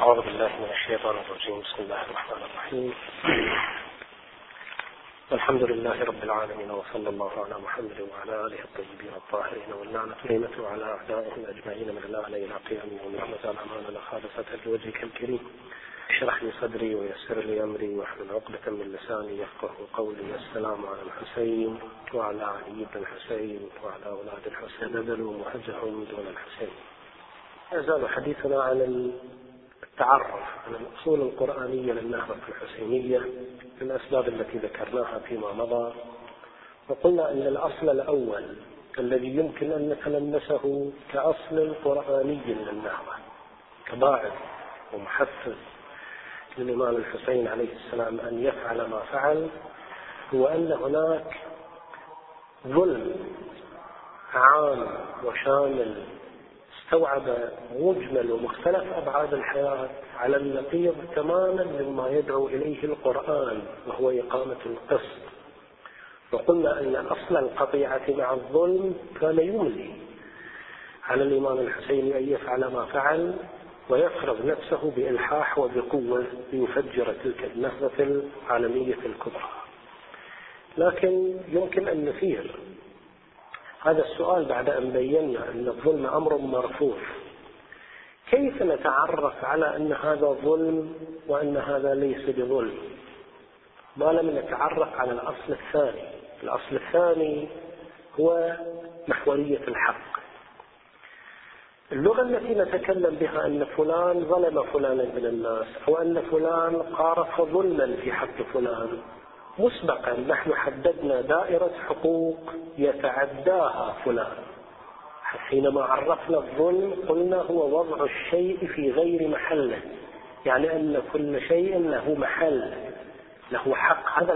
أعوذ بالله من الشيطان الرجيم. بسم الله الرحمن الرحيم. الحمد لله رب العالمين، وصلى الله على محمد وعلى آله الطيبين الطاهرين، واللعنة والنعمة على أعدائهم أجمعين من الآن إلى قيام يوم لا مزال أماننا خالصة لوجهك الكريم. اشرح لي صدري ويسر لي أمري واحلل عقدة من لساني يفقه قولي. السلام على الحسين وعلى علي بن الحسين وعلى أولاد الحسين بذلوا محجهم دون الحسين. يزال حديثنا عن التعرف على الأصول القرآنية للنهضة الحسينية للأسباب التي ذكرناها فيما مضى، وقلنا أن الأصل الأول الذي يمكن أن نتلمسه كأصل قرآني للنهضة كباعث ومحفز للإمام الحسين عليه السلام أن يفعل ما فعل، هو أن هناك ظلم عام وشامل استوعب مجمل ومختلف أبعاد الحياة على النقيض تماما مما يدعو إليه القرآن، وهو إقامة القسط. وقلنا أن أصل القطيعة مع الظلم كان يملي على الإمام الحسين أن يفعل ما فعل ويفرض نفسه بإلحاح وبقوة ليفجر تلك النهضة العالمية الكبرى. لكن يمكن أن نثير هذا السؤال بعد أن بينا أن الظلم أمر مرفوض. كيف نتعرف على أن هذا ظلم وأن هذا ليس بظلم ما لم نتعرف على الأصل الثاني؟ الأصل الثاني هو محورية الحق. اللغة التي نتكلم بها أن فلان ظلم فلانا من الناس، أو أن فلان قارف ظلما في حق فلان، مسبقا نحن حددنا دائرة حقوق يتعداها فلان. حينما عرفنا الظلم قلنا هو وضع الشيء في غير محله، يعني أن كل شيء له محل، له حق. هذا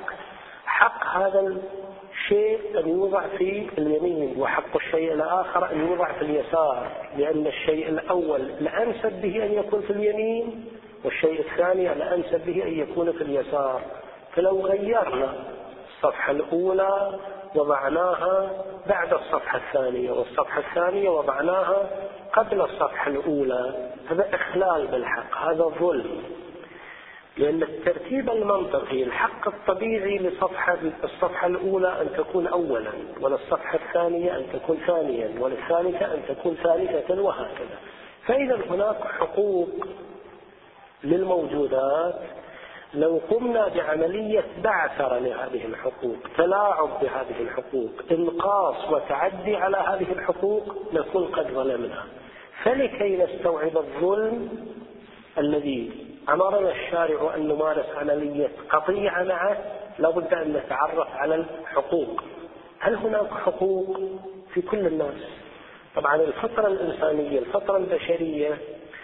حق هذا الشيء أن يوضع في اليمين، وحق الشيء الآخر أن يوضع في اليسار، لأن الشيء الأول الأنسب به أن يكون في اليمين، والشيء الثاني الأنسب به أن يكون في اليسار. فلو غيرنا الصفحة الأولى وضعناها بعد الصفحة الثانية، والصفحة الثانية وضعناها قبل الصفحة الأولى، هذا إخلال بالحق، هذا ظلم. لأن الترتيب المنطقي الحق الطبيعي الصفحة الأولى أن تكون أولا، وللصفحة الثانية أن تكون ثانيا، وللثالثة أن تكون ثالثة، وهكذا. فإذا هناك حقوق للموجودات، لو قمنا بعملية بعثرة لهذه الحقوق، تلاعب بهذه الحقوق، انقاص وتعدي على هذه الحقوق، نكون قد ظلمنا. فلكي نستوعب الظلم الذي أمرنا الشارع أن نمارس عملية قطيعة معه، لابد أن نتعرف على الحقوق. هل هناك حقوق في كل الناس؟ طبعا الفطرة الإنسانية، الفطرة البشرية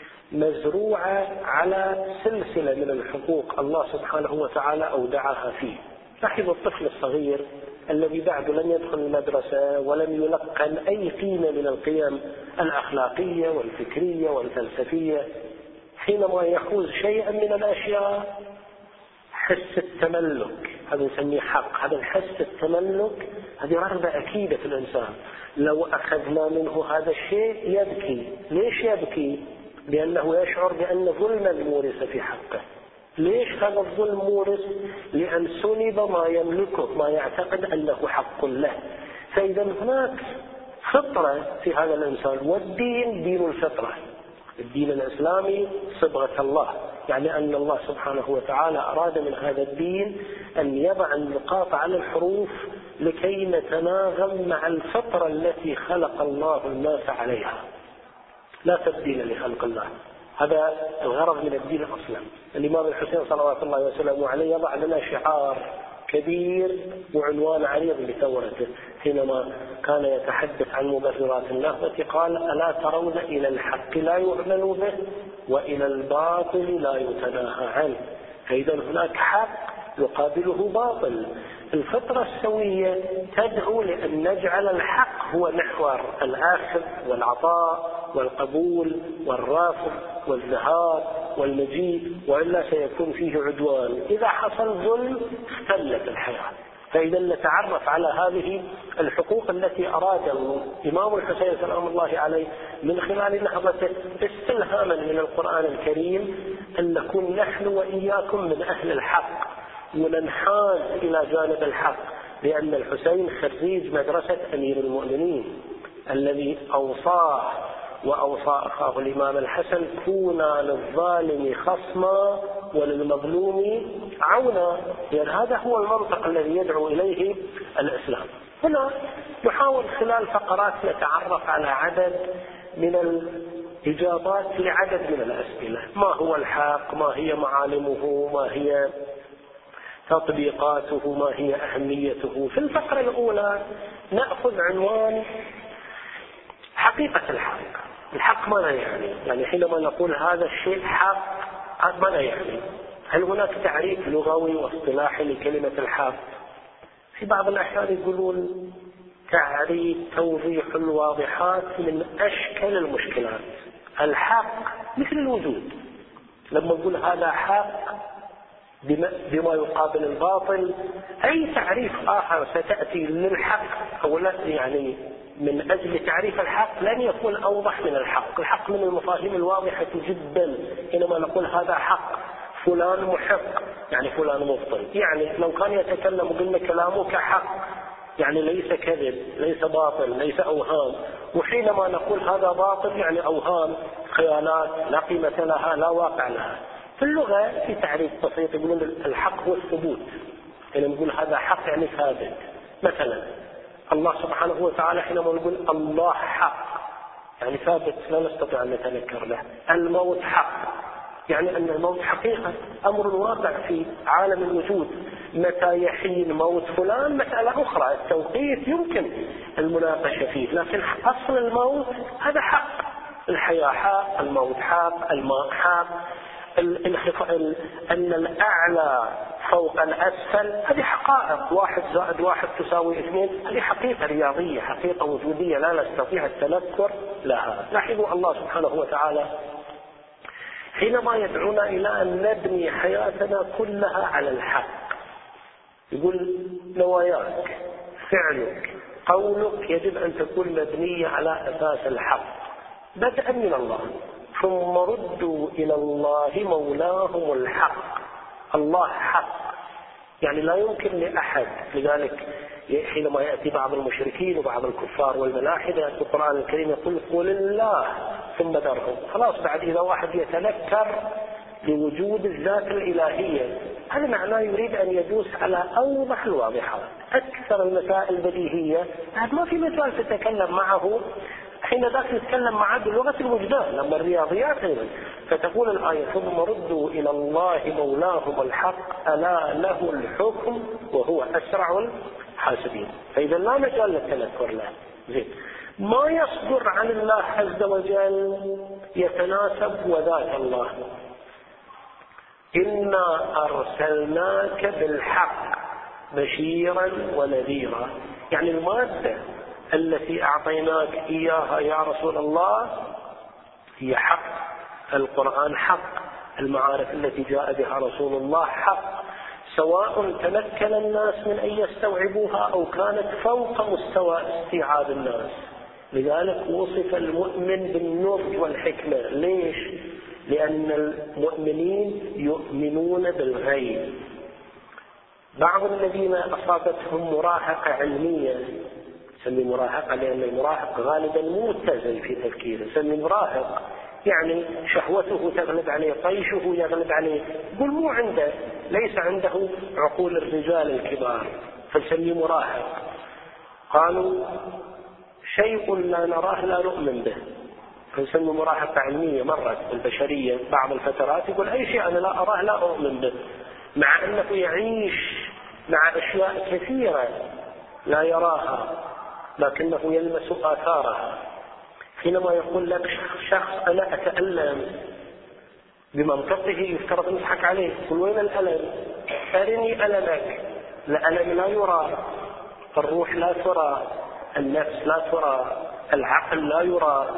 مزروعة على سلسلة من الحقوق الله سبحانه وتعالى أودعها فيه. لاحظوا الطفل الصغير الذي بعد لم يدخل المدرسة ولم يلقن أي قيمة من القيم الأخلاقية والفكرية والفلسفية، حينما يحوز شيئا من الأشياء، حس التملك، هذا نسميه حق. هذا الحس التملك هذه رغبة أكيدة في الإنسان. لو أخذنا منه هذا الشيء يبكي. ليش يبكي؟ لأنه يشعر بأن ظلما مورس في حقه. ليش هذا الظلم مورس؟ لأن سلب ما يملكه، ما يعتقد أنه حق له. فإذا هناك فطرة في هذا الإنسان، والدين دين الفطرة. الدين الإسلامي صبغة الله، يعني أن الله سبحانه وتعالى أراد من هذا الدين أن يضع النقاط على الحروف لكي نتناغم مع الفطرة التي خلق الله الناس عليها. لا تبديل لخلق الله، هذا الغرض من الدين أصلا. الإمام الحسين صلوات الله وسلامه عليه يضع لنا شعار كبير وعنوان عريض بثورته، حينما كان يتحدث عن مبررات النهضة قال: ألا ترون إلى الحق لا يعمل به وإلى الباطل لا يتناهى عنه. فإذا هناك حق يقابله باطل. الفطرة السوية تدعو لأن نجعل الحق هو محور الأخذ والعطاء والقبول والرفض والذهاب والمجيء، وإلا سيكون فيه عدوان. إذا حصل ظلم اختلت الحياة. فإذا نتعرف على هذه الحقوق التي أراد الإمام الحسين سلام الله عليه من خلال نهضته استلهاما من القرآن الكريم أن نكون نحن وإياكم من أهل الحق وننحاز إلى جانب الحق، لأن الحسين خريج مدرسة أمير المؤمنين الذي أوصاه وأوصى أخاه الإمام الحسن: كونا للظالم خصما وللمظلوم عونا. يعني هذا هو المنطق الذي يدعو إليه الإسلام. هنا نحاول خلال فقرات نتعرف على عدد من الإجابات لعدد من الأسئلة: ما هو الحق؟ ما هي معالمه؟ ما هي تطبيقاته؟ ما هي أهميته؟ في الفقرة الأولى نأخذ عنوان حقيقة الحق. الحق ماذا يعني حينما نقول هذا الشيء حق ماذا يعني؟ هل هناك تعريف لغوي واصطلاحي لكلمة الحق؟ في بعض الأحيان يقولون تعريف توضيح الواضحات من أشكال المشكلات. الحق مثل الوجود، لما نقول هذا حق بما يقابل الباطل، أي تعريف آخر ستأتي للحق أو لا يعني من أجل تعريف الحق لن يكون أوضح من الحق. الحق من المفاهيم الواضحة جدا. حينما نقول هذا حق، فلان محق يعني فلان مبطل. يعني لو كان يتكلم قلنا كلامك حق يعني ليس كذب، ليس باطل، ليس أوهام. وحينما نقول هذا باطل يعني أوهام، خيالات لا قيمة لها، لا واقع لها. في اللغة في تعريف بسيط يقولون الحق هو الثبوت. يعني نقول هذا حق يعني ثابت. مثلا الله سبحانه وتعالى حينما نقول الله حق يعني ثابت لا نستطيع أن نتنكر له. الموت حق يعني أن الموت حقيقة، أمر واقع في عالم الوجود. متى يحين موت فلان مسألة أخرى، التوقيت يمكن المناقشة فيه، لكن أصل الموت هذا حق. الحياة حق، الموت حق، الماء حق، أن الأعلى فوق الأسفل، هذه حقائق. 1 زائد 1 تساوي 2، هذه حقيقة رياضية، حقيقة وجودية لا نستطيع التنكر لها. لاحظوا الله سبحانه وتعالى حينما يدعونا إلى أن نبني حياتنا كلها على الحق، يقول نواياك، فعلك، قولك يجب أن تكون مبنية على أساس الحق بدءا من الله، ثم ردوا إلى الله مولاهم الحق. الله حق يعني لا يمكن لأحد. لذلك حينما يأتي بعض المشركين وبعض الكفار والملاحدة في القرآن الكريم يقول قل الله ثم ذرهم. خلاص بعد إذا واحد يتنكر لوجود الذات الإلهية هذا معناه يريد أن يدوس على أوضح الواضحات. أكثر المسائل البديهية ما في مجال تتكلم معه، حين ذاك يتكلم معه بلغة الوجدان. لما الرياضيات أيضا فتقول الآية ثم ردوا إلى الله مولاهم الحق ألا له الحكم وهو أسرع الحاسبين. فإذا لا مجال للتنكر له. زين، ما يصدر عن الله عز وجل يتناسب وذات الله. إنا أرسلناك بالحق بشيرا ونذيرا. يعني المادة التي أعطيناك إياها يا رسول الله هي حق. القرآن حق، المعارف التي جاء بها رسول الله حق، سواء تمكن الناس من أن يستوعبوها أو كانت فوق مستوى استيعاب الناس. لذلك وصف المؤمن بالنضج والحكمة. ليش؟ لأن المؤمنين يؤمنون بالغيب. بعض الذين أصابتهم مراهقة علمية، سمي مراهقة لأن المراهق غالبا مو متزن في تفكيره، سمي مراهق يعني شهوته تغلب عليه، طيشه يغلب عليه، يقول مو عنده، ليس عنده عقول الرجال الكبار، فسمي مراهق. قالوا شيء لا نراه لا نؤمن به، فنسمي مراهقة علمية. مرت البشرية بعض الفترات يقول أي شيء أنا لا أراه لا أؤمن به، مع أنه يعيش مع أشياء كثيرة لا يراها لكنه يلمس آثارها. حينما يقول لك شخص أنا أتألم، بمنطقه يفترض نضحك عليه، يقول وين الألم؟ أرني ألمك. الألم لا يرى، الروح لا ترى، النفس لا ترى، العقل لا يرى.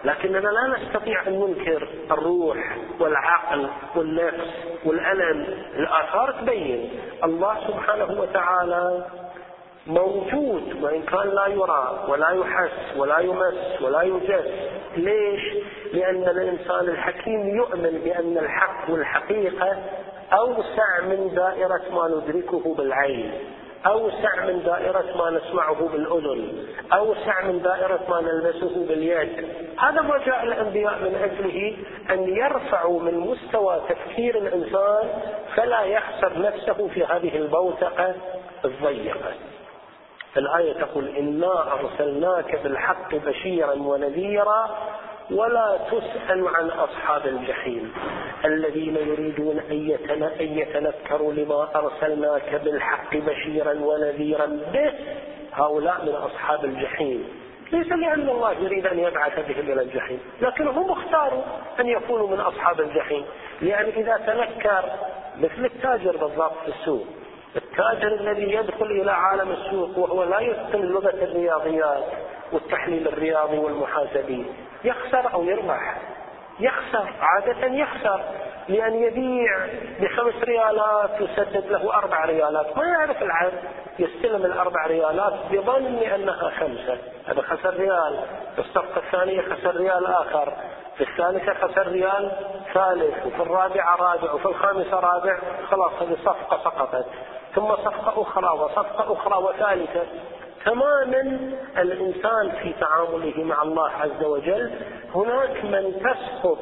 لكننا لا نستطيع أن ننكر الروح والعقل والنفس والألم. الآثار تبين الله سبحانه وتعالى موجود وإن كان لا يرى ولا يحس ولا يمس ولا يجس. ليش؟ لأن الإنسان الحكيم يؤمن بأن الحق والحقيقة أوسع من دائرة ما ندركه بالعين، أوسع من دائرة ما نسمعه بالأذن، أوسع من دائرة ما نلمسه باليد. هذا ما جاء الأنبياء من أجله، أن يرفعوا من مستوى تفكير الإنسان فلا يخسر نفسه في هذه البوتقة الضيقة. الآية تقول إنا أرسلناك بالحق بشيرا ونذيرا ولا تسأل عن أصحاب الجحيم الذين يريدون أن يتنكروا لما أرسلناك بالحق بشيرا ونذيرا به. هؤلاء من أصحاب الجحيم، ليس لأن الله يريد أن يبعث بهم إلى الجحيم، لكنهم اختاروا أن يكونوا من أصحاب الجحيم. لأن إذا تنكر مثل التاجر بالضبط في السوق، التاجر الذي يدخل إلى عالم السوق وهو لا يتقن لغة الرياضيات والتحليل الرياضي والمحاسبي يخسر أو يربح؟ يخسر، عادة يخسر، لأن يبيع ب5 ريالات يسدد له 4 ريالات، ما يعرف العد، يستلم 4 ريالات بظن أنها 5، هذا خسر ريال. في الصفقة الثانية خسر ريال آخر، في الثالثة خسر ريال ثالث، وفي الرابعة رابع، وفي الخامسة رابع. خلاص هذه صفقة سقطت، ثم صفقة أخرى وصفقة أخرى وثالثة. تماما الإنسان في تعامله مع الله عز وجل هناك من تسقط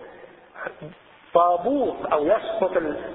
طابوق أو يسقط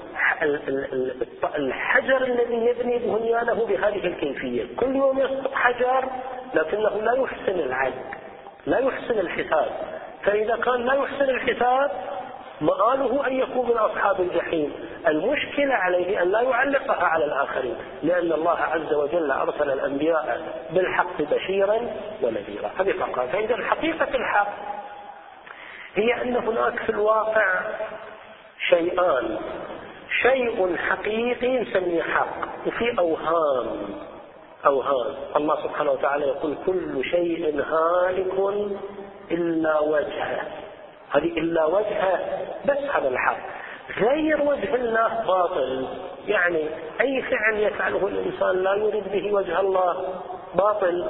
الحجر الذي يبني بنيانه بهذه الكيفية. كل يوم يسقط حجر لكنه لا يحسن العد، لا يحسن الحساب. فإذا كان لا يحسن الحساب مآله أن يكون من أصحاب الجحيم. المشكلة عليه أن لا يعلقها على الآخرين، لأن الله عز وجل أرسل الأنبياء بالحق بشيرا ونذيرا. هذه فقط. فإذا حقيقة الحق هي أن هناك في الواقع شيئان، شيء حقيقي نسميه حق، وفي أوهام. الله سبحانه وتعالى يقول كل شيء هالك إلا وجهه، هذه إلا وجهه بس هذا الحق. غير وجه الله باطل، يعني أي فعل يفعله الإنسان لا يريد به وجه الله باطل.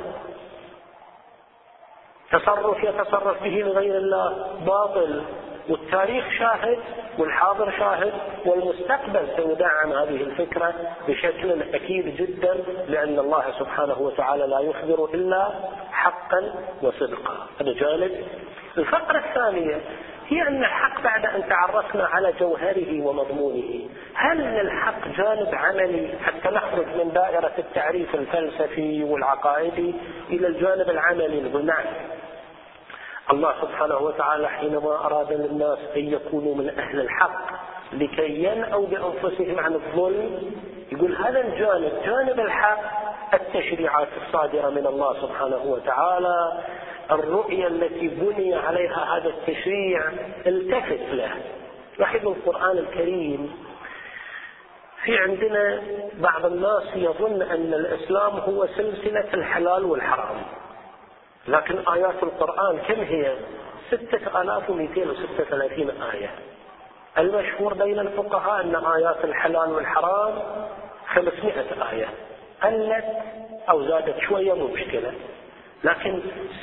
تصرف يتصرف به لغير الله باطل. والتاريخ شاهد والحاضر شاهد والمستقبل سيدعم هذه الفكرة بشكل أكيد جدا، لأن الله سبحانه وتعالى لا يخبر إلا حقا وصدقا. هذا جانب. الفقرة الثانية هي أن الحق بعد أن تعرفنا على جوهره ومضمونه، هل للحق جانب عملي حتى نخرج من دائرة التعريف الفلسفي والعقائدي إلى الجانب العملي؟ نقول نعم. الله سبحانه وتعالى حينما أراد للناس أن يكونوا من أهل الحق لكي ينأوا بأنفسهم عن الظلم، يقول هذا الجانب، جانب الحق، التشريعات الصادرة من الله سبحانه وتعالى، الرؤية التي بني عليها هذا التشريع، التفت له. لاحظوا القرآن الكريم، في عندنا بعض الناس يظن أن الإسلام هو سلسلة الحلال والحرام، لكن آيات القرآن كم هي؟ 6236 آية. المشهور بين الفقهاء أن آيات الحلال والحرام 500 آية، قلت أو زادت شوية مو مشكلة، لكن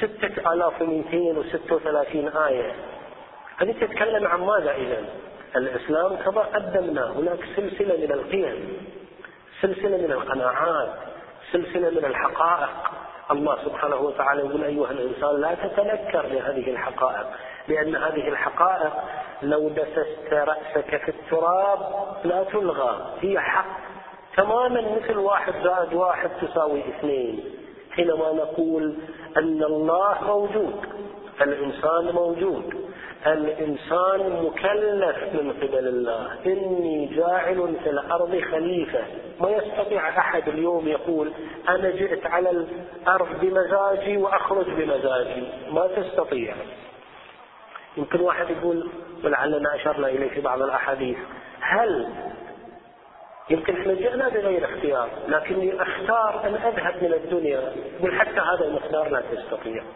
6236 آية هذه تتكلم عن ماذا إذن؟ الإسلام كما قدمنا هناك سلسلة من القيم، سلسلة من القناعات، سلسلة من الحقائق. الله سبحانه وتعالى يقول أيها الإنسان لا تتنكر لهذه الحقائق، لأن هذه الحقائق لو دسست رأسك في التراب لا تلغى، هي حق تماما، مثل 1 زائد 1 تساوي 2. حينما نقول أن الله موجود، الإنسان موجود، الإنسان مكلف من قبل الله، إني جاعل في الأرض خليفة. ما يستطيع أحد اليوم يقول أنا جئت على الأرض بمزاجي وأخرج بمزاجي، ما تستطيع. يمكن واحد يقول، ولعلنا أشرنا إليه في بعض الأحاديث، هل يمكن احنا جئنا بغير اختيار لكني أختار أن أذهب من الدنيا، يقول حتى هذا المختار لا تستطيع.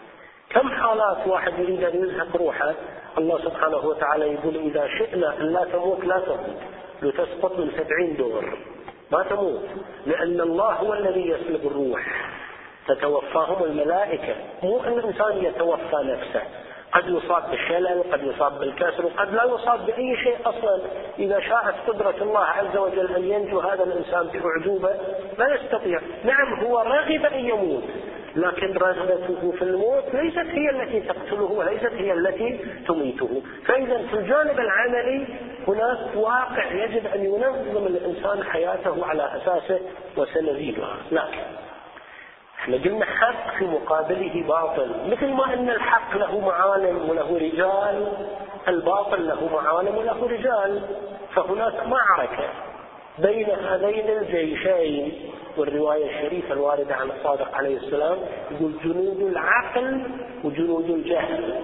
كم حالات واحد يريد أن يزهق روحه، الله سبحانه وتعالى يقول إذا شئنا أن لا تموت لا تموت، لو تسقط من 70 دور ما تموت، لأن الله هو الذي يسلب الروح، تتوفاهم الملائكة، مو أن الإنسان يتوفى نفسه. قد يصاب بالشلل، قد يصاب بالكسر، وقد لا يصاب بأي شيء أصلا. إذا شاءت قدرة الله عز وجل أن ينجو هذا الإنسان بأعجوبة لا يستطيع. نعم هو راغب أن يموت، لكن رغبته في الموت ليست هي التي تقتله وليست هي التي تميته. فإذا في الجانب العملي هناك واقع يجب أن ينظم الإنسان حياته على أساسه وسنزيدها. لكن احنا قلنا حق في مقابله باطل، مثل ما ان الحق له معالم وله رجال، الباطل له معالم وله رجال. فهناك معركة بين هذين الجيشين. والرواية الشريفة الواردة عن الصادق عليه السلام يقول جنود العقل وجنود الجهل.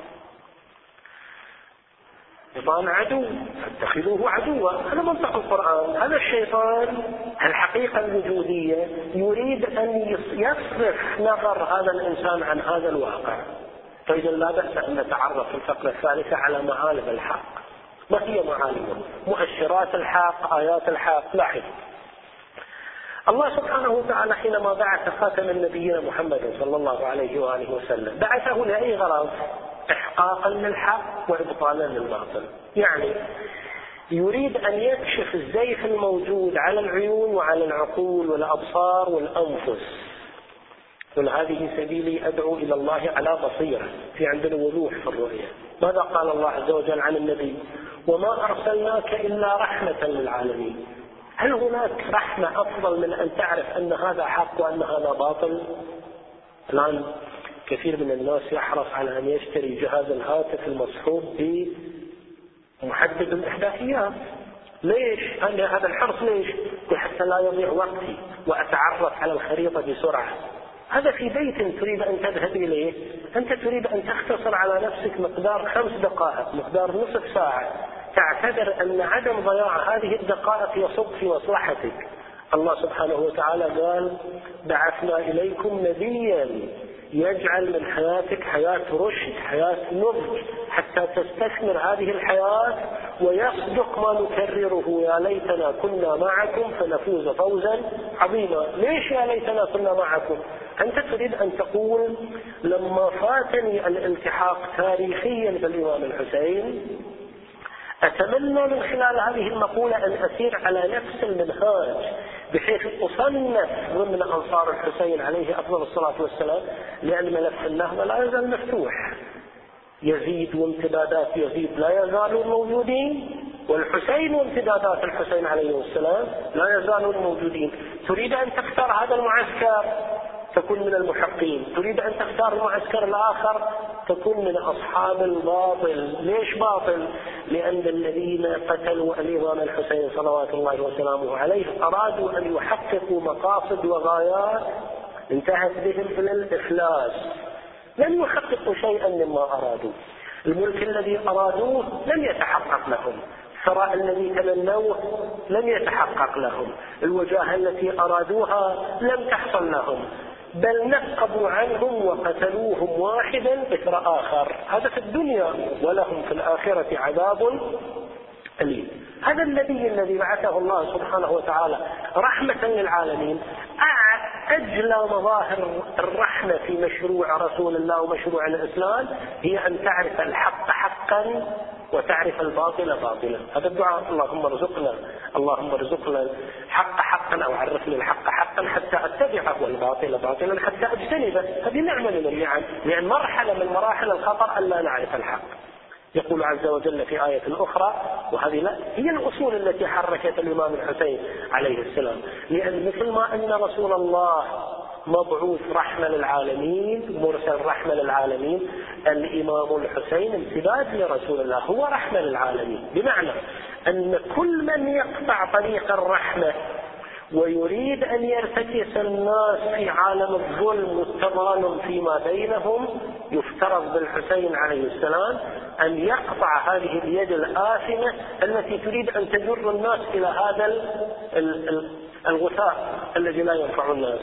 الشيطان عدو فاتخذوه عدوا، هذا منطق القرآن. هذا الشيطان الحقيقة الوجودية يريد أن يصرف نظر هذا الإنسان عن هذا الواقع. فإذا لا بأس أن نتعرف في الفقرة الثالثة على معالم الحق. ما هي معالمه؟ مؤشرات الحق، آيات الحق. لاحظ الله سبحانه وتعالى حينما بعث خاتم النبيين محمد صلى الله عليه وآله وسلم بعثه لأي غرض؟ إحقاقا للحق وإبطالا للباطل. يعني يريد أن يكشف الزيف الموجود على العيون وعلى العقول والأبصار والأنفس. قل هذه سبيلي أدعو إلى الله على بصيرة، في عندنا وضوح في الرؤية. ماذا قال الله عز وجل عن النبي؟ وما أرسلناك إلا رحمة للعالمين. هل هناك رحمة أفضل من أن تعرف أن هذا حق وأن هذا باطل؟ الآن كثير من الناس يحرص على أن يشتري جهاز الهاتف المصحوب بمحدد الإحداثيات. ليش؟ هذا الحرص ليش؟ حتى لا يضيع وقتي وأتعرف على الخريطة بسرعة. هذا في بيت تريد أن تذهب إليه، أنت تريد أن تختصر على نفسك مقدار 5 دقائق، مقدار نصف ساعة، تعتبر أن عدم ضياع هذه الدقائق يصب في مصلحتك. الله سبحانه وتعالى قال بعثنا إليكم نبيا يجعل من حياتك حياة رشد، حياة نضج، حتى تستثمر هذه الحياة ويصدق ما نكرره يا ليتنا كنا معكم فنفوز فوزا عظيما. ليش يا ليتنا كنا معكم؟ أنت تريد أن تقول لما فاتني الالتحاق تاريخيا بالإمام الحسين أتمنى من خلال هذه المقولة أن أسير على نفس المنهاج بحيث أصنف ضمن أنصار الحسين عليه أفضل الصلاة والسلام، لأن ملف النهضة لا يزال مفتوح. يزيد وامتدادات يزيد لا يزالون موجودين، والحسين وامتدادات الحسين عليه السلام لا يزالون موجودين. تريد أن تختار هذا المعسكر تكون من المحقين، تريد أن تختار المعسكر الآخر تكون من أصحاب الباطل. ليش باطل؟ لأن الذين قتلوا الإمام الحسين صلوات الله وسلامه عليه أرادوا أن يحققوا مقاصد وغايات انتهت بهم إلى الإفلاس، لم يحققوا شيئا مما أرادوا. الملك الذي أرادوه لم يتحقق لهم، الثراء الذي تمنوه لم يتحقق لهم، الوجاهة التي أرادوها لم تحصل لهم، بل نقبوا عنهم وقتلوهم واحدا مثل آخر. هذا في الدنيا، ولهم في الآخرة عذاب أليم. هذا النبي الذي بعثه الله سبحانه وتعالى رحمة للعالمين. أجلى مظاهر الرحمة في مشروع رسول الله ومشروع الإسلام هي أن تعرف الحق حقا وتعرف الباطل باطلا. هذا الدعاء اللهم ارزقنا حق حقا أو عرفني الحق حقا حتى أتبعه والباطل باطلا حتى أجتنبه. هذه نعمة من النعم، يعني مرحلة من مراحل الخطر أن لا نعرف الحق. يقول عز وجل في آية أخرى، وهذه هي الأصول التي حركت الإمام الحسين عليه السلام، لأن مثل ما أن رسول الله مبعوث رحمة للعالمين، مرسل رحمة للعالمين، الإمام الحسين امتداد لرسول الله هو رحمة للعالمين. بمعنى أن كل من يقطع طريق الرحمة ويريد أن يرتكس الناس في عالم الظلم والتظالم فيما بينهم، يفترض بالحسين عليه السلام أن يقطع هذه اليد الآثمة التي تريد أن تجر الناس إلى هذا الغثاء الذي لا ينفع الناس.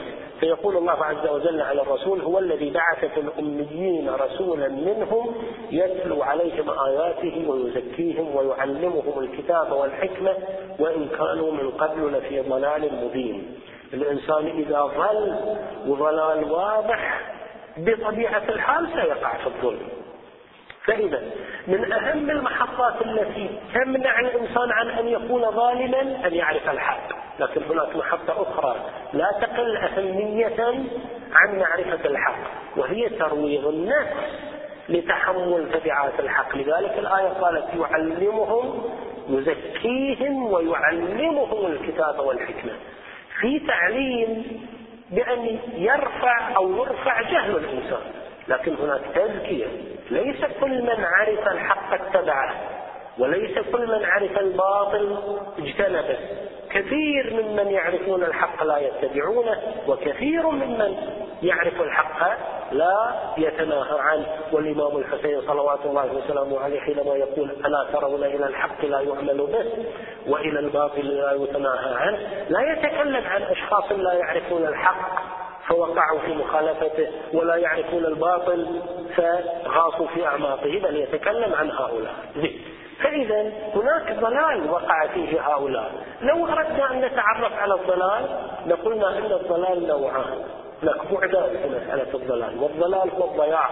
فيقول الله عز وجل على الرسول: هو الذي بعث في الأميين رسولا منهم يتلو عليهم آياته ويزكيهم ويعلمهم الكتاب والحكمة وإن كانوا من قبل لفي ضلال مبين. الإنسان إذا ظل وضلال واضح بطبيعة الحال سيقع في الظلم. فإذا من أهم المحطات التي تمنع الإنسان عن أن يكون ظالما أن يعرف الحق. لكن هناك محطة أخرى لا تقل أهمية عن معرفة الحق، وهي ترويض النفس لتحمل تبعات الحق. لذلك الآية قالت: يعلمهم يزكيهم ويعلمهم الكتاب والحكمة. في تعليم بأن يرفع أو يرفع جهل الإنسان، لكن هناك تزكية. ليس كل من عرف الحق اتبعه، وليس كل من عرف الباطل اجتنبه. كثير ممن يعرفون الحق لا يتبعونه، وكثير ممن يعرف الحق لا يتناهى عنه. والإمام الحسين صلوات الله وسلامه عليه حينما يقول: ألا ترون إلى الحق لا يعمل به وإلى الباطل لا يتناهى عنه، لا يتكلم عن أشخاص لا يعرفون الحق فوقعوا في مخالفته، ولا يعرفون الباطل فغاصوا في أعماقه، بل يتكلم عن هؤلاء. فإذا هناك ضلال وقع فيه هؤلاء. لو أردنا أن نتعرف على الضلال لقلنا أن الضلال نوعان. هناك بعدان في مسألة الضلال، والضلال هو الضياع.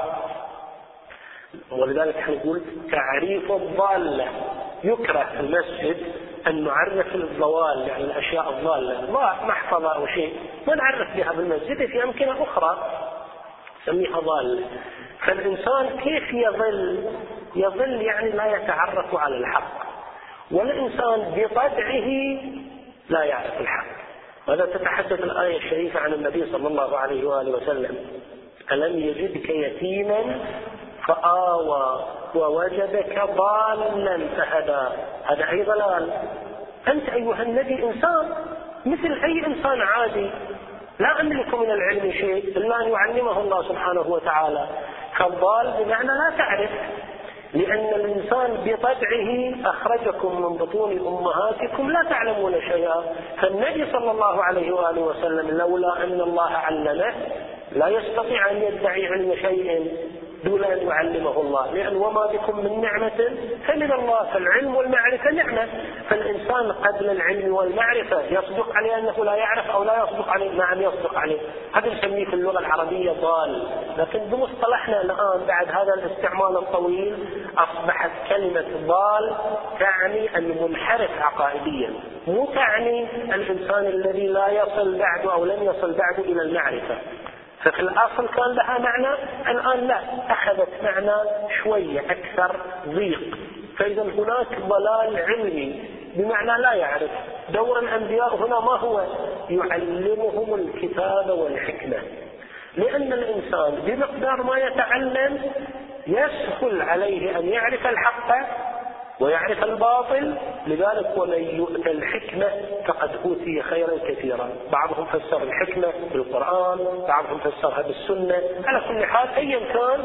ولذلك نقول تعريف الضالة. يكره في المسجد أن نعرف الضوال، يعني الأشياء الضالة، محفظة أو شيء، ما نعرف بها بالمسجد في أمكنة أخرى نسميها ضالة. فالإنسان كيف يظل يعني لا يتعرف على الحق، والإنسان بطبعه لا يعرف الحق. وهذا تتحدث الآية الشريفة عن النبي صلى الله عليه وآله وسلم: ألم يجدك يتيما فآوى ووجدك ضالا فهدى. هذا أي ضلال. أنت أيها النبي إنسان مثل أي إنسان عادي، لا أملك من العلم شيء إلا أن يعلمه الله سبحانه وتعالى. فالضال بمعنى لا تعرف، لأن الإنسان بطبعه أخرجكم من بطون أمهاتكم لا تعلمون شيئا. فالنبي صلى الله عليه وآله وسلم لولا أن الله علمه لا يستطيع أن يدعي علم شيء دون أن يعلمه الله، لأن وما بكم من نعمة فمن الله. فالعلم والمعرفة نعمة. فالإنسان قبل العلم والمعرفة يصدق عليه أنه لا يعرف أو لا يصدق عليه؟ نعم يصدق عليه. هذا نسميه في اللغة العربية ضال. لكن بمصطلحنا الآن بعد هذا الاستعمال الطويل أصبحت كلمة ضال تعني المنحرف عقائديا، مو تعني الإنسان الذي لا يصل بعد أو لم يصل بعد إلى المعرفة. ففي الأصل كان لها معنى، الآن لا، أخذت معنى شوية أكثر ضيق. فإذا هناك ضلال علمي بمعنى لا يعرف. دور الأنبياء هنا ما هو؟ يعلمهم الكتاب والحكمة، لأن الإنسان بمقدار ما يتعلم يسهل عليه أن يعرف الحق ويعرف الباطل. لذلك ومن يؤت الحكمة فقد أوتي خيرا كثيرا. بعضهم فسر الحكمة بالقرآن، بعضهم فسرها بالسنة، على كل حال أيا كان،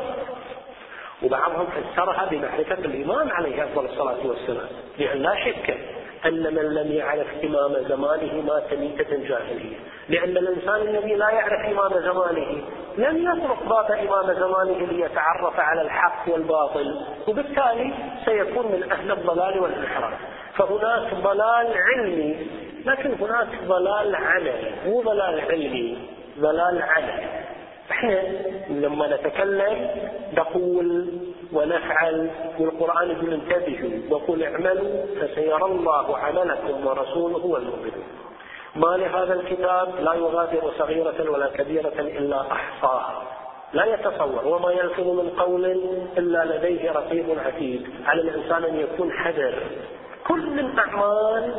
وبعضهم فسرها بمعرفة الإمام عليه أفضل الصلاة والسلام. لأن لا شك أن من لم يعرف إمام زمانه مات ميتة جاهلية، لأن الإنسان الذي لا يعرف إمام زمانه لم يطرق باب إمام زمانه ليتعرف على الحق والباطل، وبالتالي سيكون من أهل الضلال والانحراف. فهناك ضلال علمي، لكن هناك ضلال عملي، مو ضلال علمي، ضلال عملي. احنا لما نتكلم نقول ونفعل، والقرآن يقول انتبهوا وقل اعملوا فسيرى الله عملكم ورسوله والمؤمنون. ما لهذا الكتاب لا يغادر صغيرة ولا كبيرة إلا أحصاها. لا يتصور وما يلفظ من قول إلا لديه رقيب عتيد. على الإنسان أن يكون حذر. كل الأعمال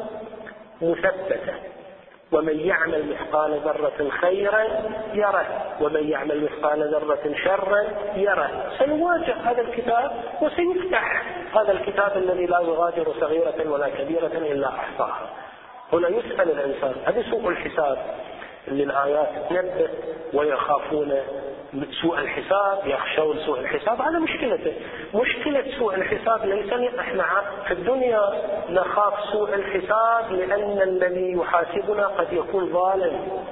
مثبتة، ومن يعمل مثقال ذرة خيرا يره ومن يعمل مثقال ذرة شرا يره. سنواجه هذا الكتاب وسيفتح هذا الكتاب الذي لا يغادر صغيرة ولا كبيرة إلا أحصاها. هنا يسأل الإنسان. هذا سوء الحساب اللي الآيات تنبه، ويخافون سوء الحساب، يخشون سوء الحساب. هذا مشكلته. مشكلة سوء الحساب ليس احنا في الدنيا نخاف سوء الحساب لأن الذي يحاسبنا قد يكون ظالم،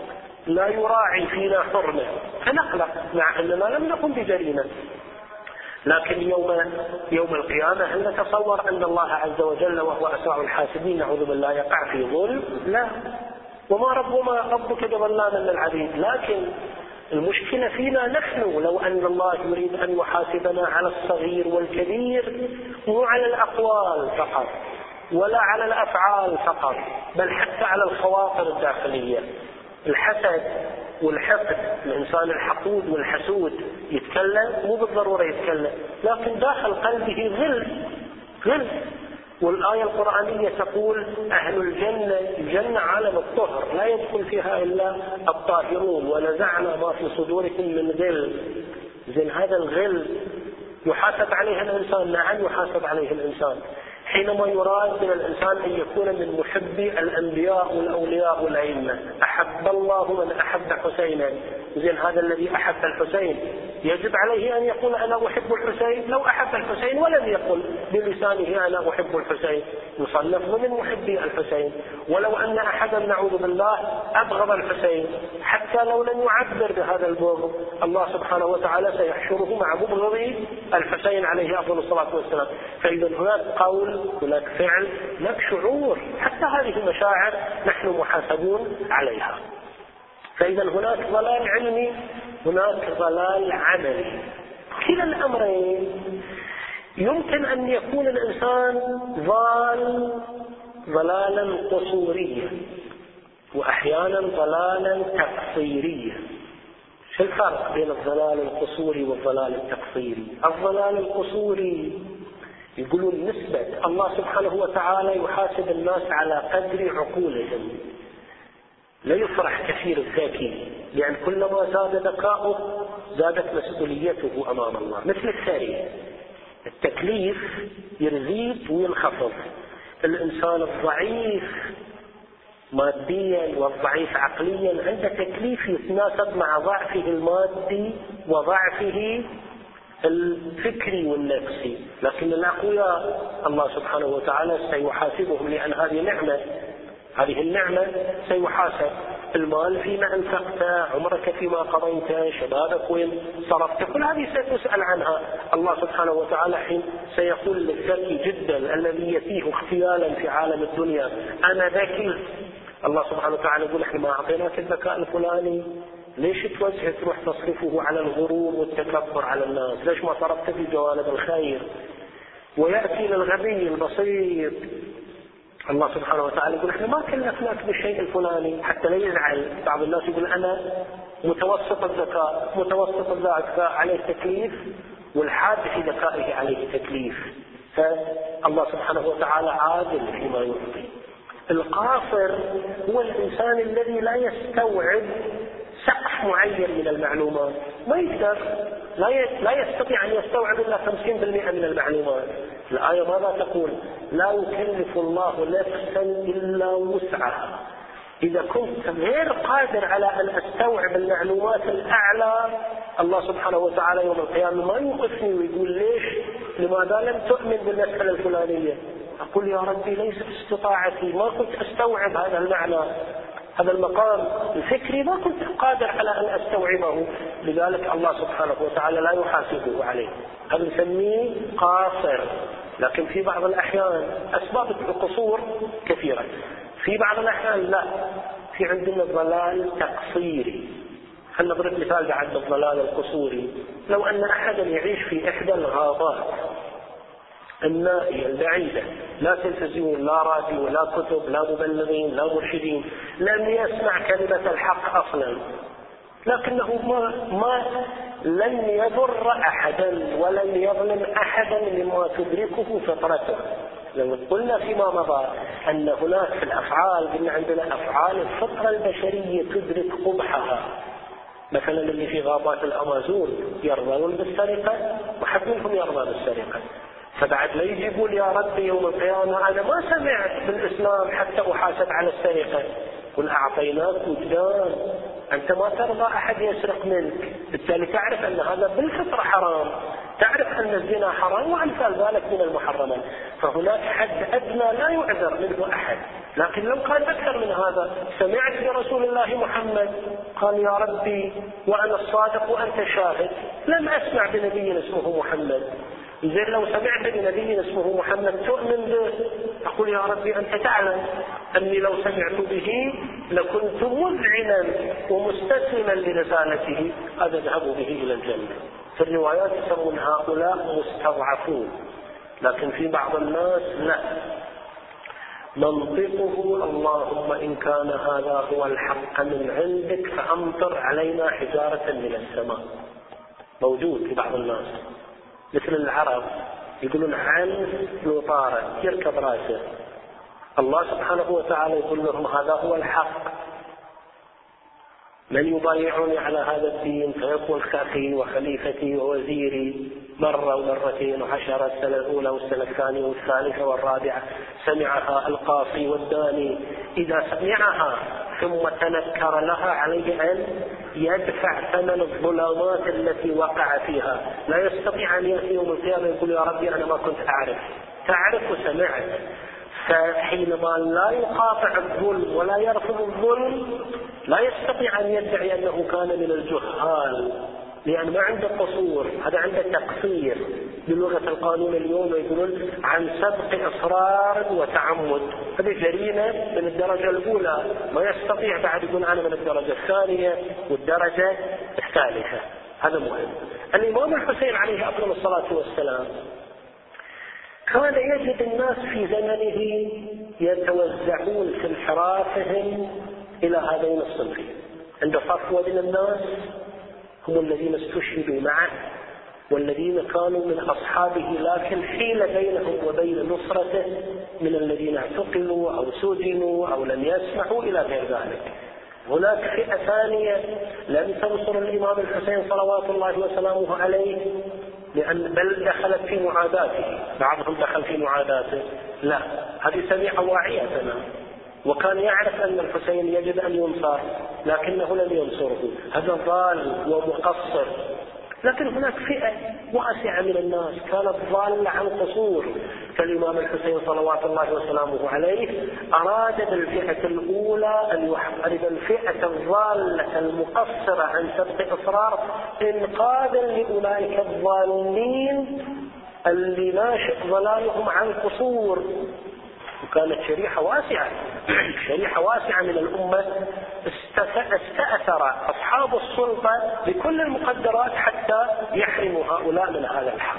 لا يراعي فينا حرمة فنقلق مع أننا لم نقم بجريمة. لكن يوم القيامة هل نتصور أن الله عز وجل وهو أسرع الحاسبين نعوذ بالله يقع في ظلم؟ لا، وما ربك بظلام للعبيد. لكن المشكلة فينا نحن. لو أن الله يريد أن يحاسبنا على الصغير والكبير، مو على الأقوال فقط ولا على الأفعال فقط، بل حتى على الخواطر الداخلية. الحسد والحقد، الإنسان الحقود والحسود يتكلم، مو بالضرورة يتكلم، لكن داخل قلبه غل. والآية القرآنية تقول أهل الجنة عالم الطهر لا يدخل فيها إلا الطاهرون، ونزعنا ما في صدوركم من غل. زين هذا الغل يحاسب عليه الإنسان، نعم يحاسب عليه الإنسان. حينما يراد من الإنسان أن يكون من محبي الأنبياء والأولياء والأئمة، أحب الله من أحب حسينا. زين هذا الذي أحب الحسين يجب عليه أن يقول أنا أحب الحسين. لو أحب الحسين ولم يقل بلسانه أنا أحب الحسين، يصنف من محبي الحسين. ولو أن أحدا نعوذ بالله أبغض الحسين، حتى لو لم يعبر بهذا البغض، الله سبحانه وتعالى سيحشره مع مبغضي الحسين عليه أفضل الصلاة والسلام. فإذا هناك قول، هناك فعل، هناك شعور، حتى هذه المشاعر نحن محاسبون عليها. فإذا هناك ضلال علمي، هناك ضلال عملي. كلا الأمرين يمكن أن يكون الإنسان ضلالا قصوريا، وأحيانا ضلالا تقصيريا. شو الفرق بين الضلال القصوري والضلال التقصيري؟ الضلال القصوري يقولون نسبة الله سبحانه وتعالى يحاسب الناس على قدر عقولهم. لا يفرح كثير الذكي، لأن كلما زاد ذكاؤه زادت مسؤوليته أمام الله. مثل الثري، التكليف يزيد وينخفض. الإنسان الضعيف ماديا والضعيف عقليا عنده تكليف يتناسب مع ضعفه المادي وضعفه الفكري والنفسي. لكن الأقوياء الله سبحانه وتعالى سيحاسبهم، لأن هذه النعمة سيحاسب. المال فيما أنفقته، عمرك فيما قضيته، شبابك وين صرفته، كل هذه ستسأل عنها الله سبحانه وتعالى. حين سيقول للذكي جدا الذي يتيه اختيالا في عالم الدنيا أنا ذكي، الله سبحانه وتعالى يقول احنا ما أعطيناك الذكاء الفلاني، ليش توجه تروح تصرفه على الغرور والتكبر على الناس؟ ليش ما صرفته في جوانب الخير؟ ويأتي للغبي البسيط الله سبحانه وتعالى يقول احنا ما كلفناك بالشيء الفلاني، حتى لا يزعل. بعض الناس يقول انا متوسط الذكاء، متوسط الذكاء عليه تكليف، والحاد في ذكائه عليه تكليف. فالله سبحانه وتعالى عادل فيما يعطي. القاصر هو الإنسان الذي لا يستوعب سقف معين من المعلومات، ما يقدر، لا يستطيع أن يستوعب إلا 50% من المعلومات. الآية ماذا تقول؟ لا يكلف الله نفسا إلا وسعها. إذا كنت غير قادر على أن أستوعب المعلومات الأعلى، الله سبحانه وتعالى يوم القيامة ما يوقفني ويقول ليش؟ لماذا لم تؤمن بالمسألة الفلانية؟ أقول يا ربي ليست استطاعتي، ما كنت أستوعب هذا المعنى، هذا المقام الفكري ما كنت قادر على أن أستوعبه. لذلك الله سبحانه وتعالى لا يحاسبه عليه. هذا نسميه قاصر. لكن في بعض الأحيان أسباب القصور كثيرة، في بعض الأحيان لا، في عندنا ضلال تقصيري. خلنا نضرب مثال بعد الضلال القصوري. لو أن أحدا يعيش في إحدى الغابات النائية البعيدة، لا تلفزيون لا راديو لا كتب لا مبلغين لا مرشدين، لم يسمع كلمة الحق أصلا، لكنه لن يضر أحدا ولن يظلم أحدا مما تدركه فطرته. لو قلنا فيما مضى أن هناك في الأفعال، قلنا عندنا أفعال الفطرة البشرية تدرك قبحها. مثلا اللي في غابات الأمازون يرضون بالسرقة، وحد منهم يرضى بالسرقة، فبعد لا يجيبون يا ربي يوم القيامة أنا ما سمعت بالإسلام حتى أحاسب على السرقة. قل أعطيناك وجدان، أنت ما ترضى أحد يسرق منك، بالتالي تعرف أن هذا بالفطرة حرام، تعرف أن الزنا حرام وأمثال ذلك من المحرمات. فهناك حد أدنى لا يعذر منه أحد. لكن لو كان أكثر من هذا، سمعت برسول الله محمد قال يا ربي وأنا الصادق وأنت شاهد، لم أسمع بنبي اسمه محمد. زين لو سمعت بنبي اسمه محمد تؤمن به، أقول يا ربي أنت تعلم أني لو سمعت به لكنت مذعنا ومستسلما لرسالته، هذا ذهب به إلى الجنة. في الروايات يسمون هؤلاء مستضعفون، لكن في بعض الناس لا، منطقه اللهم إن كان هذا هو الحق من عندك فأمطر علينا حجارة من السماء. موجود في بعض الناس مثل العرب يقولون عن لوطارة يركب راسه، الله سبحانه وتعالى يقول لهم هذا هو الحق، من يبايعني على هذا الدين فيكون أخي وخليفتي ووزيري. مرة ومرتين وعشرة، السنة الأولى والسنة الثانية والثالثة والرابعة سمعها القاصي والداني. إذا سمعها ثم تنكر لها عليه أن يدفع ثمن الظلامات التي وقع فيها. لا يستطيع أن يأتي يوم القيامة يقول يا ربي أنا ما كنت أعرف. تعرف وسمعت. فحينما لا يقاطع الظلم ولا يرفض الظلم لا يستطيع أن يدعي أنه كان من الجهال، لأن ما عنده قصور، هذا عنده تقصير. بلغة القانون اليوم يقولون عن سبق إصرار وتعمد، هذه جريمة من الدرجة الأولى، ما يستطيع بعد يقول أنا من الدرجة الثانية والدرجة الثالثة. هذا مهم. الإمام الحسين عليه أفضل الصلاة والسلام كان يجد الناس في زمنه يتوزعون في انحرافهم إلى هذين الصنفين. عند صفوة من الناس هم الذين استشهدوا معه والذين كانوا من أصحابه لكن حيل بينهم وبين نصرته من الذين اعتقلوا أو سجنوا أو لم يسمحوا إلى غير ذلك. هناك فئة ثانية لم تنصر الإمام الحسين صلوات الله وسلامه عليه، لأن بل دخلت في معاداته، بعضهم دخل في معاداته، لا، هذه سميعة واعية تمام، وكان يعرف أن الحسين يجب أن ينصر لكنه لم ينصره، هذا ضال ومقصر. لكن هناك فئة واسعة من الناس كانت ضالة عن قصور، فالإمام الحسين صلوات الله وسلامه عليه أراد بالفئة الأولى أن يحارب الفئة الضالة المقصرة عن سبق إصرار إنقاذا لأولئك الضالين اللي ناشئ ضلالهم عن قصور. وكانت شريحة واسعة من الأمة استأثر أصحاب السلطة بكل المقدرات حتى يحرموا هؤلاء من هذا الحق.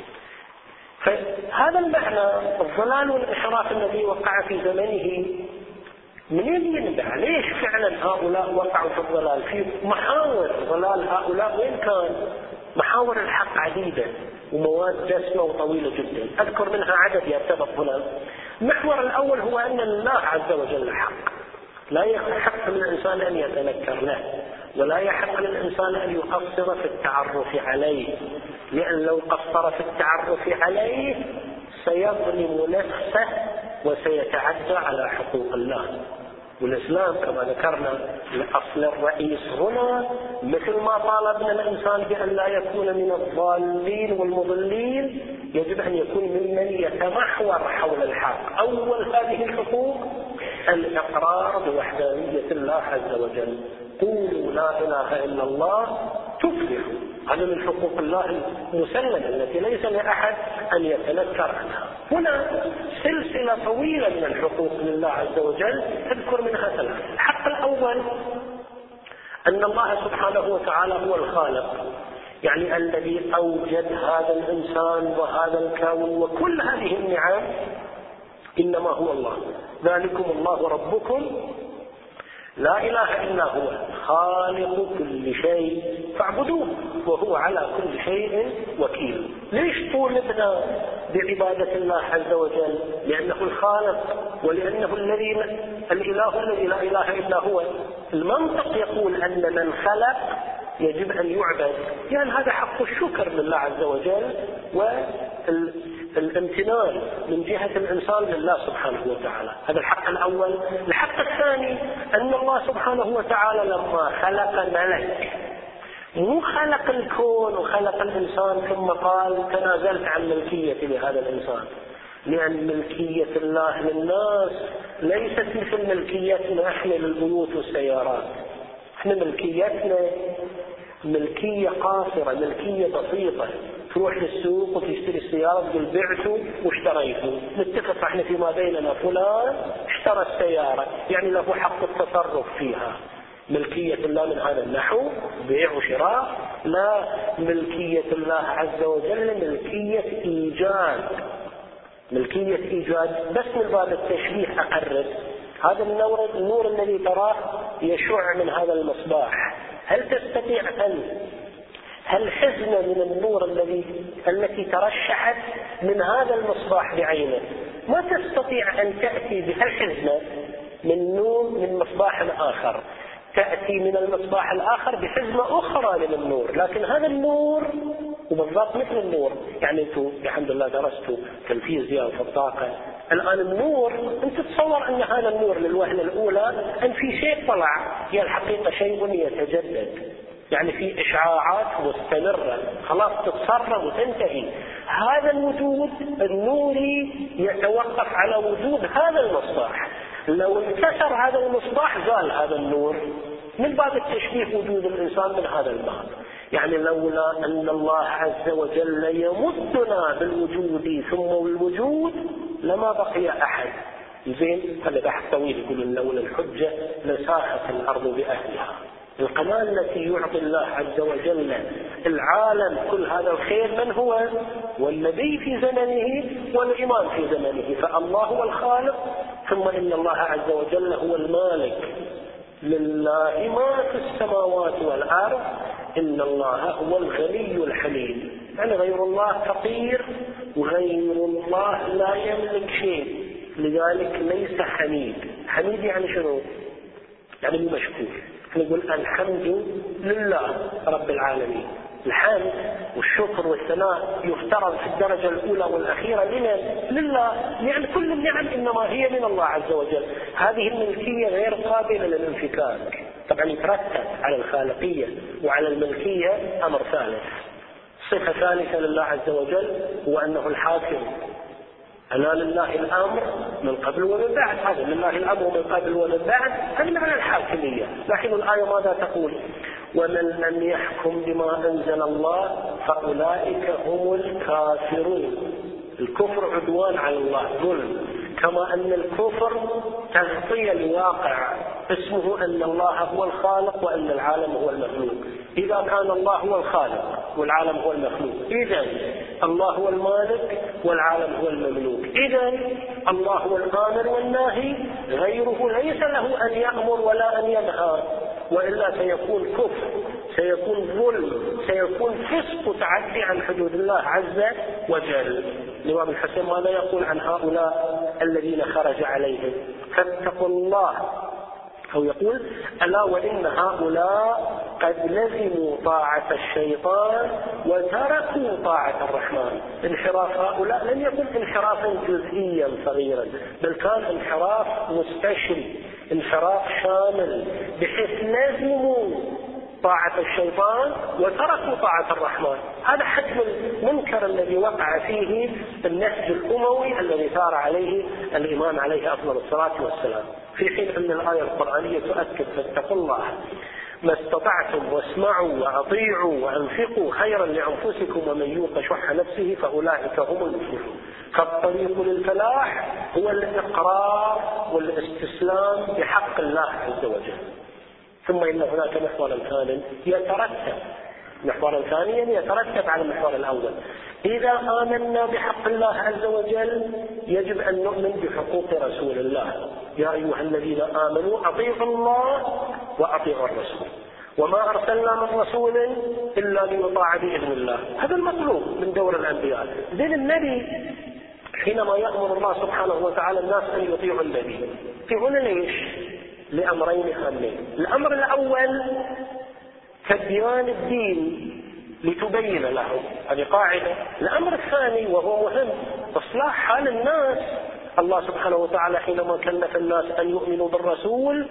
فهذا المعنى الضلال والإنحراف الذي وقع في زمنه منين ينبع؟ ليش فعلا هؤلاء وقعوا في الضلال؟ في محاور ضلال هؤلاء وين كان؟ محاور الحق عديدة ومواد دسمة وطويلة جدا، أذكر منها عدد يرتبط هنا. المحور الأول هو أن الله عز وجل حق، لا يحق للإنسان أن يتنكر له، ولا يحق للإنسان أن يقصر في التعرف عليه، لأن لو قصر في التعرف عليه سيظلم نفسه وسيتعدى على حقوق الله. والإسلام كما ذكرنا الأصل الرئيس هنا مثل ما طالبنا الإنسان بأن لا يكون من الضالين والمضلين، يجب أن يكون ممن يتمحور حول الحق. أول هذه الحقوق الإقرار بوحدانية الله عز وجل، قولوا لا إله إلا الله تفلحوا، هذا من حقوق الله المسلمة التي ليس لأحد أن يتنكر عنها. هنا سلسلة طويلة من الحقوق لله عز وجل أذكر منها ثلاث. الحق الأول أن الله سبحانه وتعالى هو الخالق، يعني الذي أوجد هذا الإنسان وهذا الكون وكل هذه النعم إنما هو الله. ذلكم الله ربكم لا إله إلا هو خالق كل شيء فاعبدوه وهو على كل شيء وكيل. ليش طولبنا بعبادة الله عز وجل؟ لأنه الخالق، ولأنه الإله الذي لا إله إلا هو. المنطق يقول أن من خلق يجب أن يعبد، يعني هذا حق الشكر لله عز وجل والامتنان من جهة الإنسان لله سبحانه وتعالى. هذا الحق الأول. الحق الثاني أن الله سبحانه وتعالى لما خلق ملك مو خلق الكون وخلق الإنسان ثم قال تنازلت عن ملكيتي لهذا الإنسان، لأن ملكية الله للناس ليست مثل ملكيتنا احنا للبيوت والسيارات. احنا ملكيتنا ملكية قاصرة، ملكية بسيطة. تروح للسوق وتشتري السيارة تقول بعته واشتريته، نتفق احنا فيما بيننا فلان اشترى السيارة، يعني له حق التصرف فيها. ملكية الله من هذا النحو بيع وشراء؟ لا، ملكية الله عز وجل ملكية إيجاد، ملكية إيجاد. بس من باب التشبيه أقرب، هذا النور الذي تراه يشع من هذا المصباح، هل تستطيع هل حزمة من النور التي ترشحت من هذا المصباح بعينه ما تستطيع أن تأتي بهالحزمة من نور من مصباح آخر، تأتي من المصباح الآخر بحزمة أخرى من النور. لكن هذا النور وبالضبط مثل النور، يعني أنتم الحمد لله درستوا في الفيزياء وفي الطاقة. الآن النور أنت تتصور أن هذا النور للوهلة الأولى أن في شيء طلع، هي الحقيقة شيء يتجدد، يعني في إشعاعات مستمرة خلاص تتسرب وتنتهي. هذا الوجود النوري يتوقف على وجود هذا المصباح. لو انكسر هذا المصباح زال هذا النور. من باب التشبيه وجود الإنسان من هذا الباب، يعني لولا أن الله عز وجل يمدنا بالوجود ثم الوجود لما بقي أحد. زين، هذا بحث طويل يقول لولا الحجة لساحت الأرض بأهلها. القناة التي يعطي الله عز وجل العالم كل هذا الخير من هو؟ والنبي في زمنه والإمام في زمنه. فالله هو الخالق، ثم إن الله عز وجل هو المالك. لله ما في السماوات والأرض إن الله هو الغني الحميد. يعني غير الله فقير وغير الله لا يملك شيء، لذلك ليس حميد. حميد يعني شنو؟ يعني مشكور. نقول الحمد لله رب العالمين. الحمد والشكر والثناء يفترض في الدرجة الأولى والأخيرة لله، يعني كل النعم إنما هي من الله عز وجل. هذه الملكية غير قابلة للانفكاك. طبعا يترتب على الخالقية وعلى الملكية أمر ثالث، صفة ثالثة لله عز وجل، هو أنه الحاكم. ألا لله الأمر من قبل ومن بعد. هذا لله الأمر من قبل ومن بعد، هذا معنى الحاكمية. لكن الآية ماذا تقول؟ ومن لم يحكم بما أنزل الله فأولئك هم الكافرون. الكفر عدوان على الله، ظلم، كما أن الكفر تغطية لواقع اسمه أن الله هو الخالق وأن العالم هو المخلوق. إذا كان الله هو الخالق والعالم هو المخلوق، إذن الله هو المالك والعالم هو المملوك. إذن الله هو الآمر والناهي، غيره ليس له أن يأمر ولا أن ينهى، وإلا سيكون كفر، سيكون ظلم، سيكون فسق تعدي عن حدود الله عز وجل. الإمام الحسن ماذا يقول عن هؤلاء الذين خرج عليهم؟ فاتقوا الله، أو يقول ألا وإن هؤلاء قد لزموا طاعة الشيطان وتركوا طاعة الرحمن. انحراف هؤلاء لم يكن انحرافا جزئيا صغيرا، بل كان انحراف مستشري، انحراف شامل، بحيث لزموا طاعة الشيطان وتركوا طاعة الرحمن. هذا حجم المنكر الذي وقع فيه النهج الأموي الذي سار عليه الإمام عليه أفضل الصلاة والسلام، في حين أن الآية القرآنية تؤكد فاتقوا الله ما استطعتم واسمعوا وأطيعوا وأنفقوا خيرا لأنفسكم ومن يوق شح نفسه فأولئك هم المفلحون. فالطريق للفلاح هو الإقرار والاستسلام بحق الله عز وجل. ثم إن هناك محورا ثانيا يترتب، محورا ثانيا يترتب على المحور الأول. إذا آمنا بحق الله عز وجل يجب أن نؤمن بحقوق رسول الله. يا أيها الذين آمنوا أطيعوا الله وأطيعوا الرسول وما أرسلنا من رسول إلا ليطاع بإذن الله. هذا المطلوب من دور الأنبياء. ذن النبي حينما يأمر الله سبحانه وتعالى الناس أن يطيعوا النبي، يطيعون ليش؟ لأمرين هامين. الأمر الأول تبيان الدين لتبين لهم، هذه قاعدة. الأمر الثاني وهو مهم إصلاح حال الناس. الله سبحانه وتعالى حينما كلف الناس أن يؤمنوا بالرسول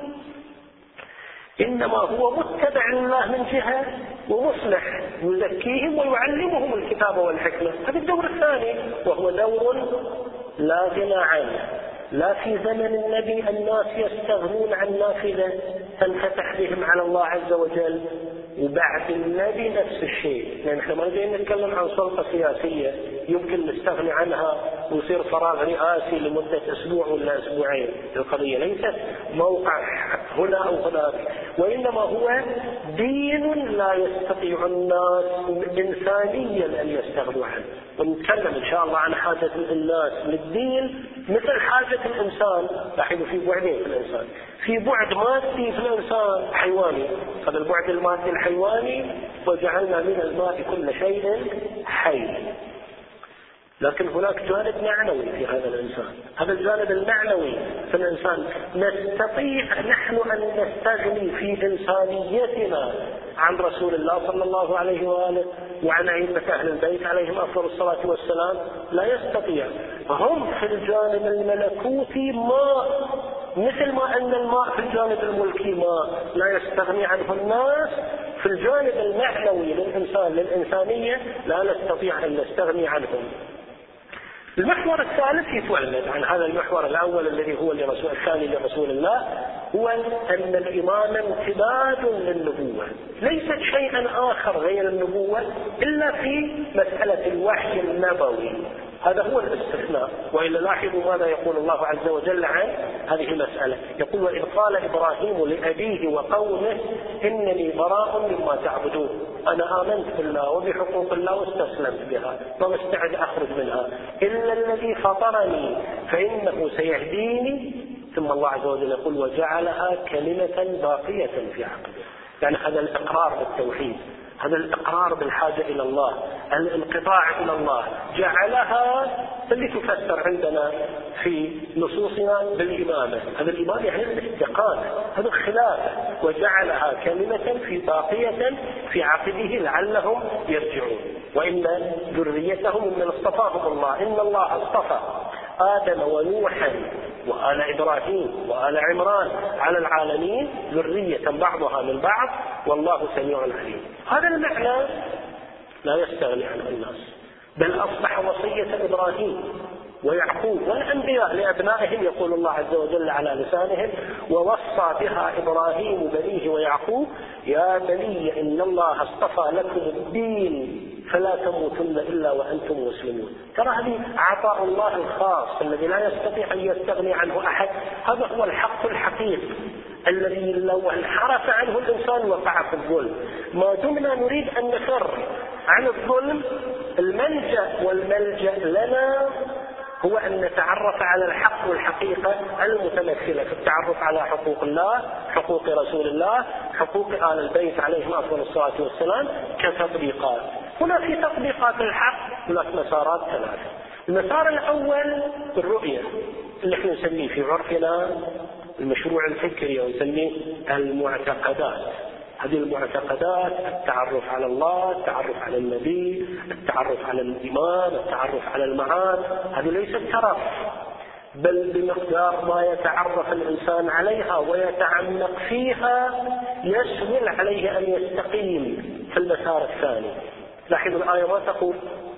إنما هو متبع لله من جهة ومصلح، يزكيهم ويعلمهم الكتاب والحكمة. هذا الدور الثاني وهو دور لا غنى عنه، لا في زمن النبي الناس يستغنون عن نافذة تنفتح بهم على الله عز وجل، وبعد النبي نفس الشيء. لأن احنا ما جايين نتكلم عن سلطة سياسية يمكن نستغني عنها ويصير فراغ رئاسي لمدة أسبوع ولا أسبوعين. القضية ليست موقع هنا أو هناك، وإنما هو دين لا يستطيع الناس إنسانيا أن يستغنوا عنه. ونتكلم إن شاء الله عن حاجة الناس للدين مثل حاجة الإنسان. لاحظوا في بعدين في الإنسان، في بعد مادي في الإنسان حيواني، هذا البعد المادي الحيواني، وجعلنا من الماء كل شيء حي. لكن هناك جانب معنوي في هذا الإنسان، هذا الجانب المعنوي في الإنسان نستطيع نحن أن نستغني في إنسانيتنا عن رسول الله صلى الله عليه وآله وعن أئمة أهل البيت عليهم أفضل الصلاة والسلام. لا يستطيع. هم في الجانب الملكوتي ماء، مثل ما أن الماء في الجانب الملكي ماء لا يستغني عنه الناس. في الجانب المعنوي للإنسان للإنسانية لا نستطيع أن نستغني عنهم. المحور الثالث يتولد عن هذا المحور الأول الذي هو الثاني لرسول الله، هو أن الإمام امتداد للنبوة، ليست شيئا آخر غير النبوة إلا في مسألة الوحي النبوي. هذا هو الاستثناء. وإلا لاحظوا ماذا يقول الله عز وجل عن هذه المسألة، يقول: وإذ قال إبراهيم لأبيه وقومه إنني براء مما تعبدون، أنا آمنت بالله وبحقوق الله واستسلمت بها، ما مستعد أخرج منها، إلا الذي فطرني فإنه سيهديني. ثم الله عز وجل يقول: وجعلها كلمة باقية في عقبه. يعني هذا الإقرار بالتوحيد، هذا الإقرار بالحاجة إلى الله، الانقطاع إلى الله، جعلها اللي تفسر عندنا في نصوصنا بالإمامة. هذا الإمامة يعني الاستقامة، هذا الخلافة. وجعلها كلمة في باقية في عقبه لعلهم يرجعون. وإن ذريتهم من اصطفاهم الله، إن الله اصطفى آدم ونوحا وآل إبراهيم وآل عمران على العالمين ذرية بعضها من بعض والله سميع عليم. هذا المعنى لا يستغني عنه الناس، بل أصبح وصية إبراهيم ويعقوب والأنبياء لأبنائهم. يقول الله عز وجل على لسانهم: ووصى بها إبراهيم بنيه ويعقوب يا بني إن الله اصطفى لكم الدين فلا تموتن إلا وأنتم مسلمون. ترى هذه عطاء الله الخاص الذي لا يستطيع أن يستغني عنه أحد. هذا هو الحق الحقيقي الذي لو انحرف عنه الإنسان وقع في الظلم. ما دمنا نريد أن نفر عن الظلم، المنجأ والملجأ لنا هو أن نتعرف على الحق والحقيقة المتمثلة في التعرف على حقوق الله، حقوق رسول الله، حقوق آل البيت عليهم أفضل الصلاة والسلام كتطبيقات. هنا في تطبيقات الحق هناك مسارات ثلاثة. المسار الأول الرؤية اللي احنا نسميه في عرفنا المشروع الفكري ونسميه المعتقدات. هذه المعتقدات: التعرف على الله، التعرف على النبي، التعرف على الإمام، التعرف على المعاد. هذه ليست ترف، بل بمقدار ما يتعرف الإنسان عليها ويتعمق فيها يسهل عليه أن يستقيم في المسار الثاني. لاحظوا الآية ما تقول،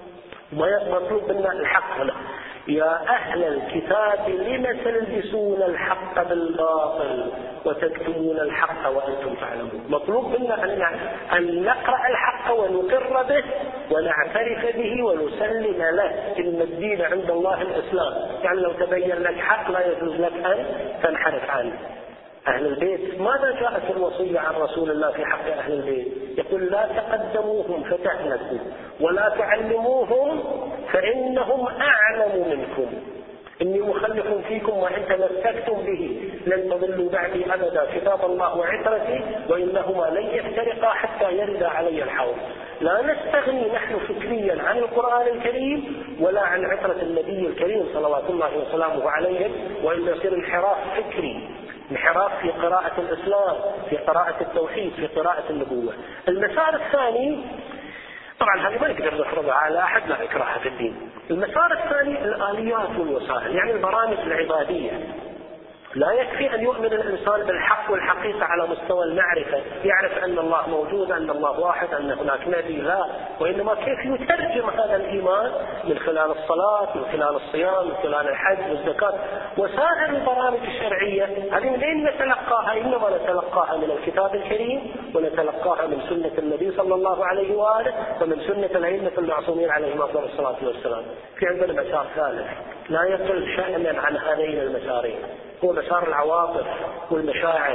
ما مطلوب منا الحق هنا: يا أهل الكتاب لم تلبسون الحق بالباطل وتكتمون الحق وأنتم تعلمون. مطلوب منا أن نقرأ الحق ونقر به ونعترف به ونسلم له، إن الدين عند الله الإسلام. يعني لو تبين لك حق لا يجوز لك أن تنحرف عنه. أهل البيت ماذا جاءت الوصية عن رسول الله في حق أهل البيت؟ يقول: لا تقدموهم فتهلكوا ولا تعلموهم فإنهم أعلم منكم، إني مخلف فيكم وإن تمسكتم به لن تضلوا بعدي أبدا، كتاب الله وعترتي وإنهما لن يفترقا حتى يرد علي الحوض. لا نستغني نحن فكريا عن القرآن الكريم ولا عن عترة النبي الكريم صلوات الله وسلامه عليه، وإن يصير انحراف فكري، انحراف في قراءة الإسلام، في قراءة التوحيد، في قراءة النبوة. المسار الثاني طبعا هذه ما نقدر نفرضها على أحد، لا إكراه في الدين. المسار الثاني الآليات والوسائل، يعني البرامج العبادية. لا يكفي أن يؤمن الإنسان بالحق والحقيقة على مستوى المعرفة، يعرف أن الله موجود، أن الله واحد، أن هناك نبي، لا، وإنما كيف يترجم هذا الإيمان من خلال الصلاة، من خلال الصيام، من خلال الحج والزكاة وسائر البرامج الشرعية. هذه منين نتلقاها؟ إنما نتلقاها من الكتاب الكريم، ونتلقاها من سنة النبي صلى الله عليه وآله، ومن سنة الأئمة المعصومين عليهم أفضل الصلاة والسلام. في عندنا مسار ثالث لا يقل شأنا عن هذين المسارين، هو مسار العواطف والمشاعر.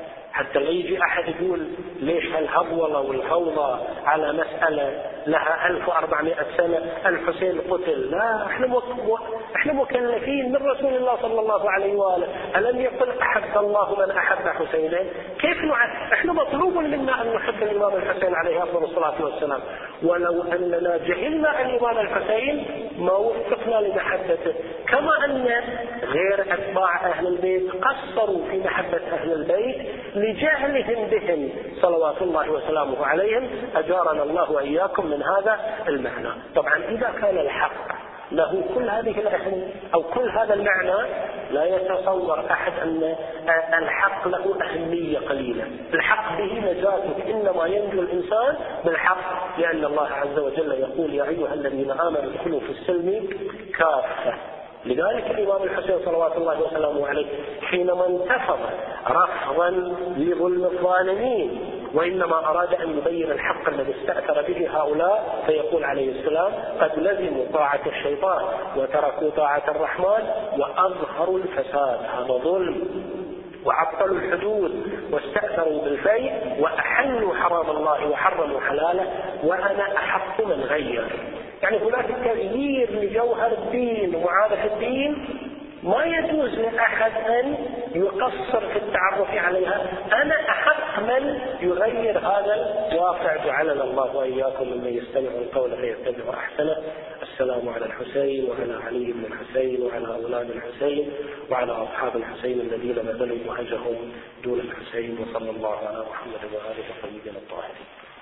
حتى لا يجي أحد يقول ليش هالهبولة والفوضى على مسألة لها 1400 سنة، الحسين قتل. لا، احنا مكلفين من رسول الله صلى الله عليه وآله. ألم يقل أحب الله من أحب حسينا؟ كيف احنا مطلوب منا أن نحب الإمام الحسين عليه أفضل الصلاة والسلام، ولو أننا جهلنا الإمام الحسين ما وفقنا لمحبته، كما أن غير أتباع أهل البيت قصروا في محبة أهل البيت لجهلهم بهم صلوات الله وسلامه عليهم. أجارنا الله وإياكم من هذا المعنى. طبعا إذا كان الحق له كل هذه الأهمية أو كل هذا المعنى، لا يتصور أحد أن الحق له أهمية قليلة. الحق به نجاتك، إنما ينجو الإنسان بالحق، لأن الله عز وجل يقول يا أيها الذين آمنوا ادخلوا في السلم كافة. لذلك الإمام الحسين صلوات الله وسلامه عليه حينما انتفض رفضا لظلم الظالمين، وإنما أراد أن يبين الحق الذي استأثر به هؤلاء، فيقول عليه السلام قد لزموا طاعة الشيطان وتركوا طاعة الرحمن وأظهروا الفساد، هذا ظلم، وعطلوا الحدود واستأثروا بالفيء وأحلوا حرام الله وحرموا حلاله، وأنا أحق من غير. يعني هناك تغيير لجوهر الدين ومعارف الدين، ما يجوز لأحد أن يقصر في التعرف عليها. أنا أحق من يغير هذا الواقع. جعلنا الله وإياكم ممن يستمع القول فيتبع أحسنه. السلام على الحسين وعلى علي بن الحسين وعلى أولاد الحسين وعلى أصحاب الحسين الذين بذلوا وهجهم دون الحسين، وصلى الله على محمد وآله الطيبين الطاهرين.